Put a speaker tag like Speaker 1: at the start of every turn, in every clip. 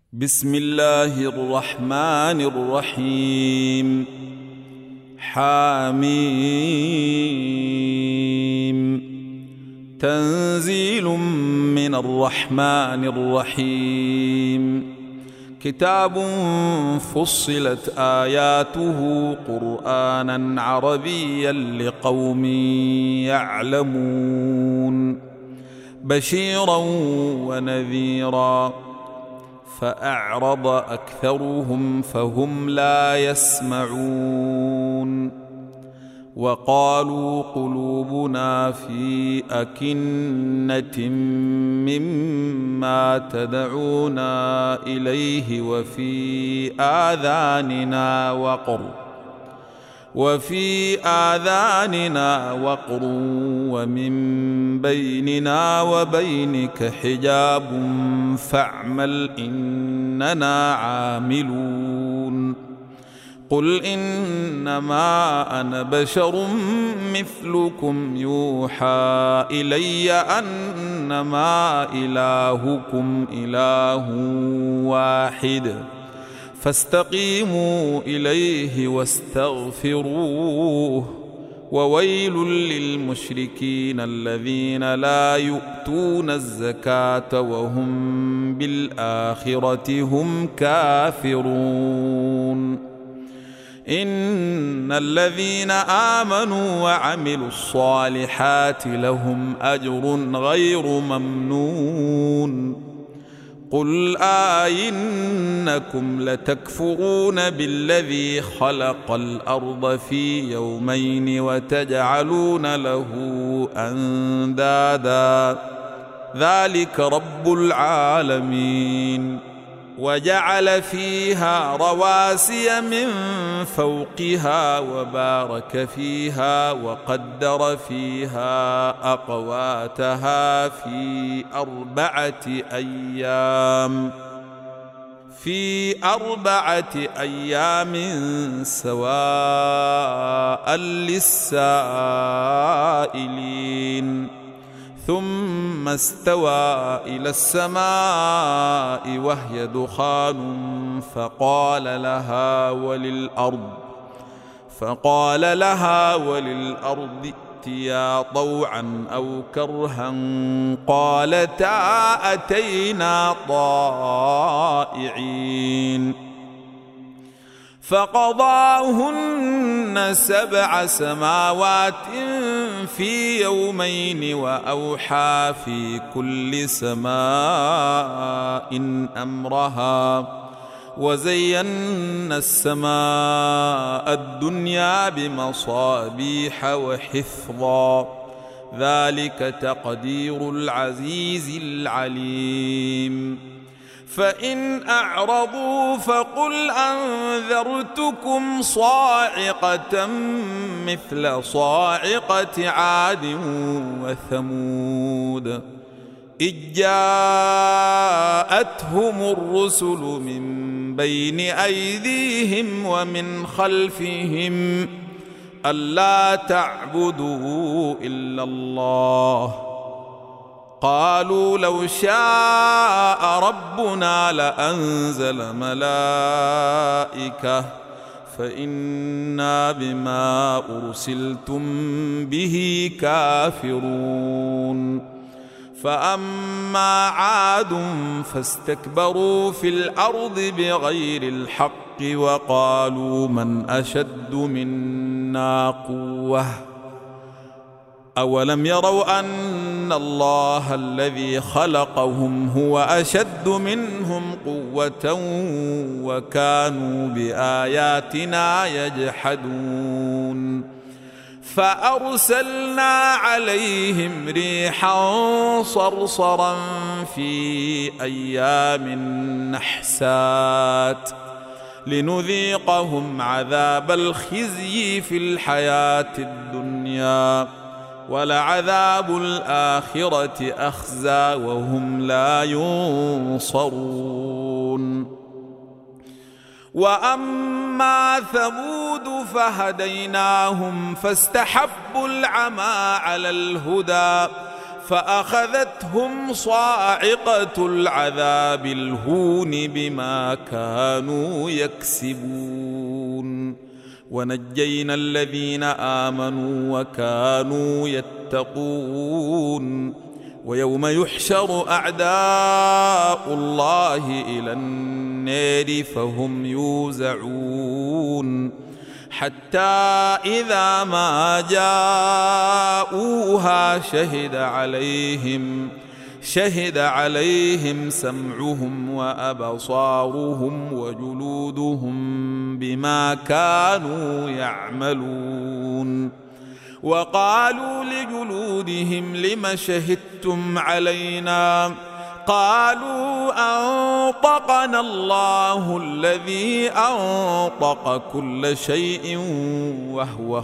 Speaker 1: بسم الله الرحمن الرحيم. حميم. تنزيل من الرحمن الرحيم. كتاب فصلت آياته قرآنا عربيا لقوم يعلمون بشيرا ونذيرا فأعرض أكثرهم فهم لا يسمعون وقالوا قلوبنا في أكنة مما تدعونا إليه وفي آذاننا وقر ومن بيننا وبينك حجاب فاعمل إننا عاملون. قل إنما أنا بشر مثلكم يوحى إلي أنما إلهكم إله واحد فاستقيموا إليه واستغفروه. وويل للمشركين الذين لا يؤتون الزكاة وهم بالآخرة هم كافرون. إن الذين آمنوا وعملوا الصالحات لهم أجر غير ممنون. قل أئنكم لتكفرون بالذي خلق الأرض في يومين وتجعلون له أندادا ذلك رب العالمين. وجعل فيها رواسي من فوقها وبارك فيها وقدر فيها أقواتها في أربعة أيام سواء للسائلين. ثم استوى إلى السماء وهي دخان فقال لها وللأرض ائتيا طوعا أو كرها قالتا أتينا طائعين. فقضاهن 7 سماوات في يومين وأوحى في كل سماء أمرها وزينا السماء الدنيا بمصابيح وحفظا ذلك تقدير العزيز العليم. فإن أعرضوا فقل أنذرتكم صاعقة مثل صاعقة عاد وثمود إذ جاءتهم الرسل من بين أيديهم ومن خلفهم ألا تعبدوا إلا الله قالوا لو شاء ربنا لأنزل ملائكة فإنا بما أرسلتم به كافرون. فأما عاد فاستكبروا في الأرض بغير الحق وقالوا من أشد منا قوة أولم يروا أن الله الذي خلقهم هو أشد منهم قوة وكانوا بآياتنا يجحدون. فأرسلنا عليهم ريحا صرصرا في أيام نحسات لنذيقهم عذاب الخزي في الحياة الدنيا ولعذاب الآخرة أخزى وهم لا ينصرون. وأما ثمود فهديناهم فاستحبوا العمى على الهدى فأخذتهم صاعقة العذاب الهون بما كانوا يكسبون ونجينا الذين آمنوا وكانوا يتقون ويوم يحشر أعداء الله إلى النار فهم يوزعون حتى إذا ما جاءوها شهد عليهم سمعهم وأبصارهم وجلودهم بما كانوا يعملون وقالوا لجلودهم لم شهدتم علينا قالوا أنطقنا الله الذي أنطق كل شيء وهو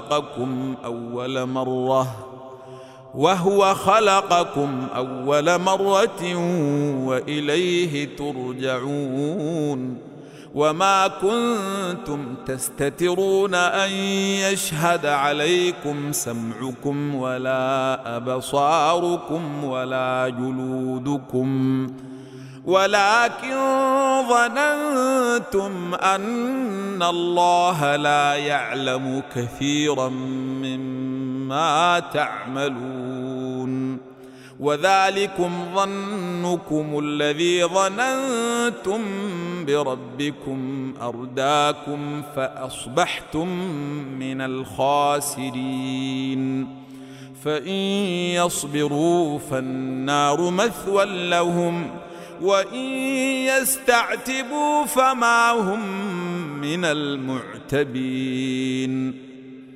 Speaker 1: خلقكم أول مرة وإليه ترجعون وما كنتم تستترون أن يشهد عليكم سمعكم ولا أبصاركم ولا جلودكم ولكن ظننتم أن الله لا يعلم كثيرا مما تعملون وذلكم ظنكم الذي ظننتم بربكم أرداكم فأصبحتم من الخاسرين فإن يصبروا فالنار مثوى لهم وإن يستعتبوا فما هم من المعتبين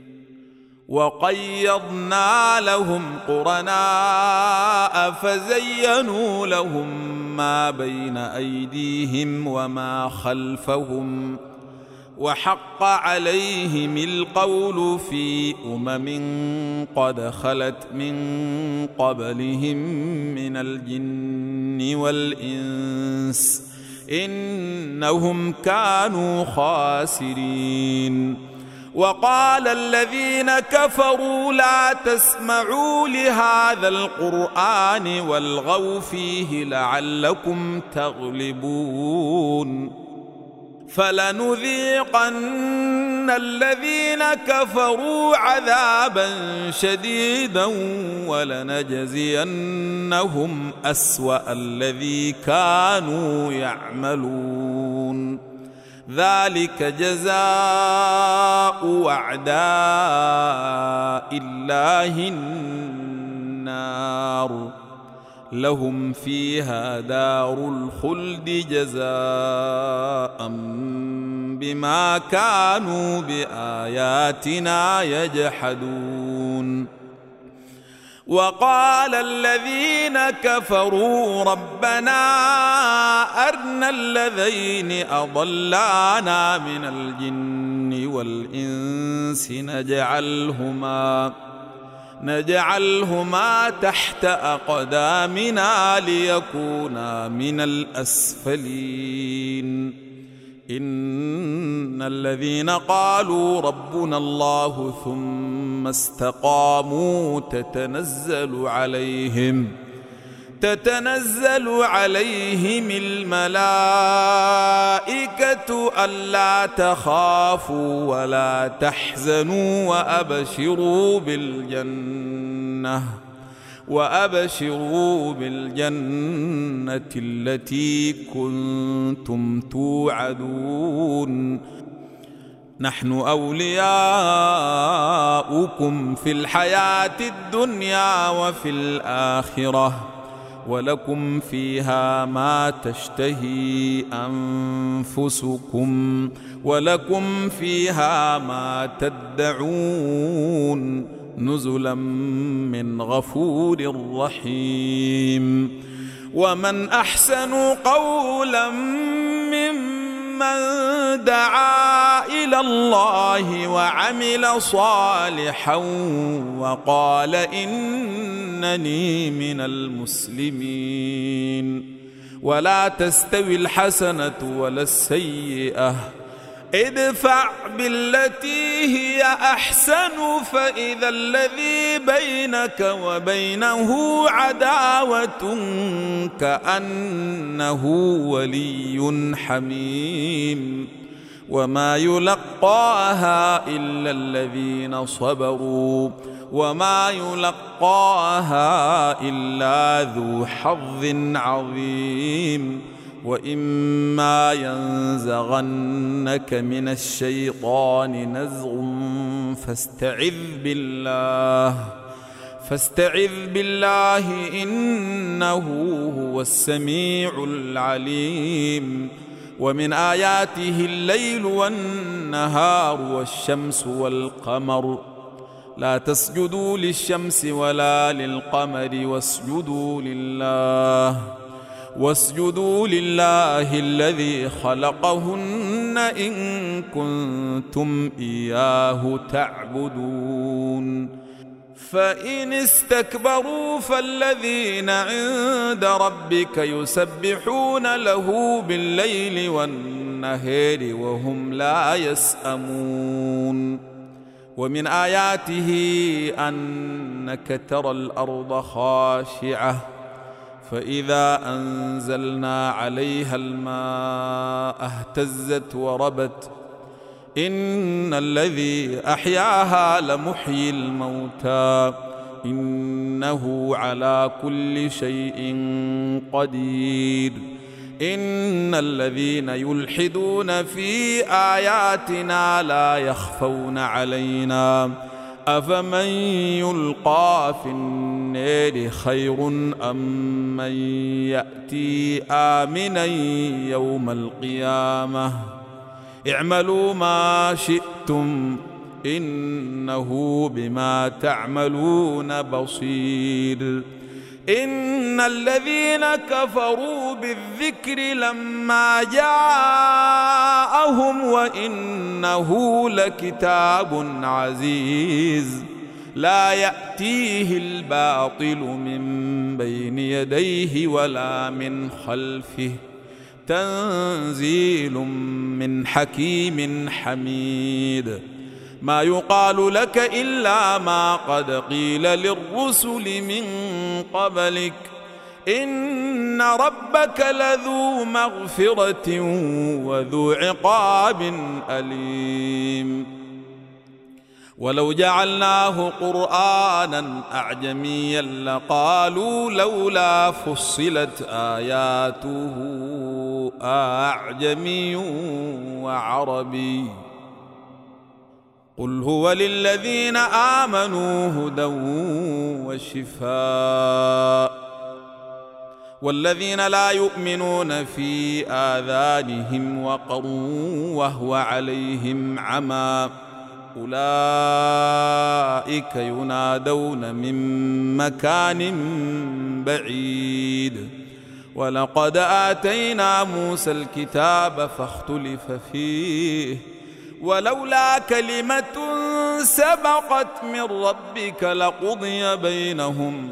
Speaker 1: وقيضنا لهم قرناء فزينوا لهم ما بين أيديهم وما خلفهم وحق عليهم القول في قد خلت من قبلهم من الجن والإنس إنهم كانوا خاسرين وقال الذين كفروا لا تسمعوا لهذا القرآن والغوا فيه لعلكم تغلبون فلنذيقن الذين كفروا عذابا شديدا ولنجزينهم أسوأ الذي كانوا يعملون ذلك جزاء أعداء الله النار لهم فيها دار الخلد جزاء بما كانوا بآياتنا يجحدون وقال الذين كفروا ربنا أرنا الذين أضلانا من الجن والإنس نجعلهما تحت أقدامنا ليكونا من الأسفلين إن الذين قالوا ربنا الله ثم استقاموا تتنزل عليهم الملائكة ألا تخافوا ولا تحزنوا وأبشروا بالجنة التي كنتم توعدون نحن أولياؤكم في الحياة الدنيا وفي الآخرة ولكم فيها ما تشتهي أنفسكم ولكم فيها ما تدعون نزلا من غفور رحيم ومن أحسن قولا ممن دعا إلى الله وعمل صالحا وقال إنني من المسلمين ولا تستوي الحسنة ولا السيئة ادفع بالتي هي أحسن فإذا الذي بينك وبينه عداوة كأنه ولي حميم وما يلقاها إلا الذين صبروا وما يلقاها إلا ذو حظ عظيم وإما ينزغنك من الشيطان نزغ فاستعذ بالله إنه هو السميع العليم ومن آياته الليل والنهار والشمس والقمر لا تسجدوا للشمس ولا للقمر واسجدوا لله الذي خلقهن إن كنتم إياه تعبدون فإن استكبروا فالذين عند ربك يسبحون له بالليل والنهار وهم لا يسأمون ومن آياته أنك ترى الأرض خاشعة فإذا أنزلنا عليها الماء اهتزت وربت إن الذي أحياها لمحيي الموتى إنه على كل شيء قدير إن الذين يلحدون في آياتنا لا يخفون علينا أفمن يلقى في النار خير أم من يأتي آمنا يوم القيامة اعملوا ما شئتم إنه بما تعملون بصير إن الذين كفروا بالذكر لما جاءهم وإنه لكتاب عزيز لا يأتيه الباطل من بين يديه ولا من خلفه تنزيل من حكيم حميد ما يقال لك إلا ما قد قيل للرسل من قبلك إن ربك لذو مغفرة وذو عقاب أليم ولو جعلناه قرآنا أعجميا لقالوا لولا فصلت آياته أعجمي وعربي قل هو للذين آمنوا هدى وشفاء والذين لا يؤمنون في آذانهم وقر وهو عليهم عمى أولئك ينادون من مكان بعيد ولقد آتينا موسى الكتاب فاختلف فيه ولولا كلمة سبقت من ربك لقضي بينهم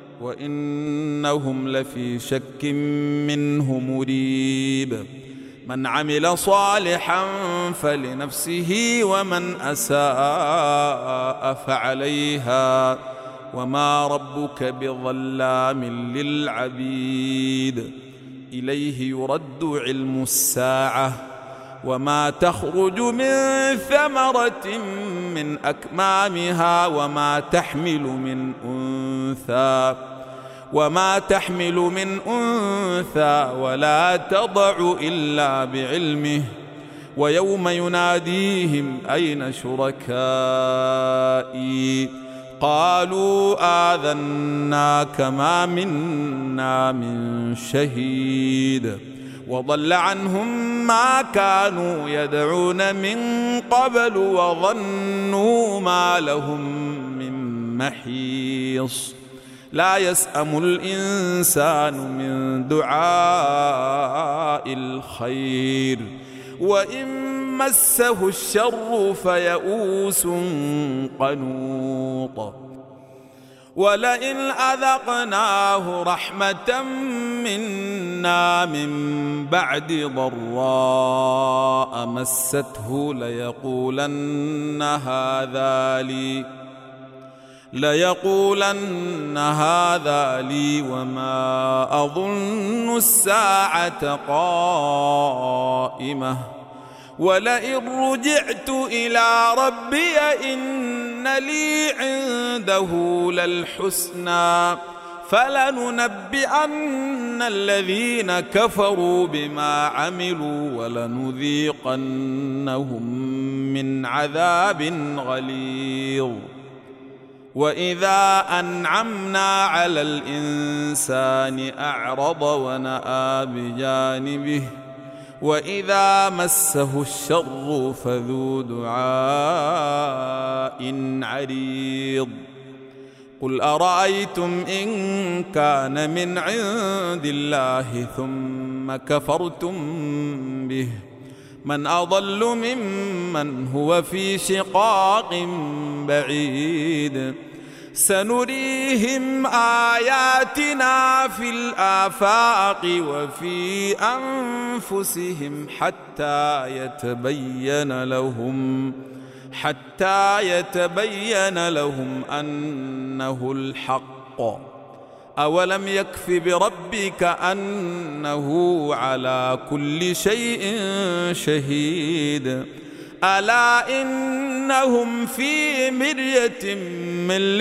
Speaker 1: وإنهم لفي شك منه مريب من عمل صالحا فلنفسه ومن أساء فعليها وما ربك بظلام للعبيد إليه يرد علم الساعة وما تخرج من ثمرة من أكمامها وما تحمل من أنثى ولا تضع إلا بعلمه ويوم يناديهم أين شركائي قالوا آذناك ما منا من شهيد وضل عنهم ما كانوا يدعون من قبل وظنوا ما لهم من محيص لا يسأم الإنسان من دعاء الخير وإن مسه الشر فيئوس قنوط ولئن أذقناه رحمة منا من بعد ضراء مسته ليقولن هذا لي وما أظن الساعة قائمة ولئن رجعت إلى ربي إن لي عنده للحسنى فلننبئن الذين كفروا بما عملوا ولنذيقنهم من عذاب غليظ. وإذا أنعمنا على الإنسان أعرض ونأى بجانبه وإذا مسه الشر فذو دعاء عريض. قل أرأيتم إن كان من عند الله ثم كفرتم به من أضل ممن هو في شقاق بعيد. سنريهم آياتنا في الآفاق وفي أنفسهم حتى يتبين لهم أنه الحق. أولم يكف بربك أنه على كل شيء شهيد. ألا إنهم في مرية من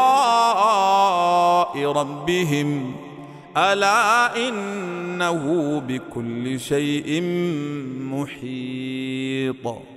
Speaker 1: لقاء ربهم ألا إنه بكل شيء محيط.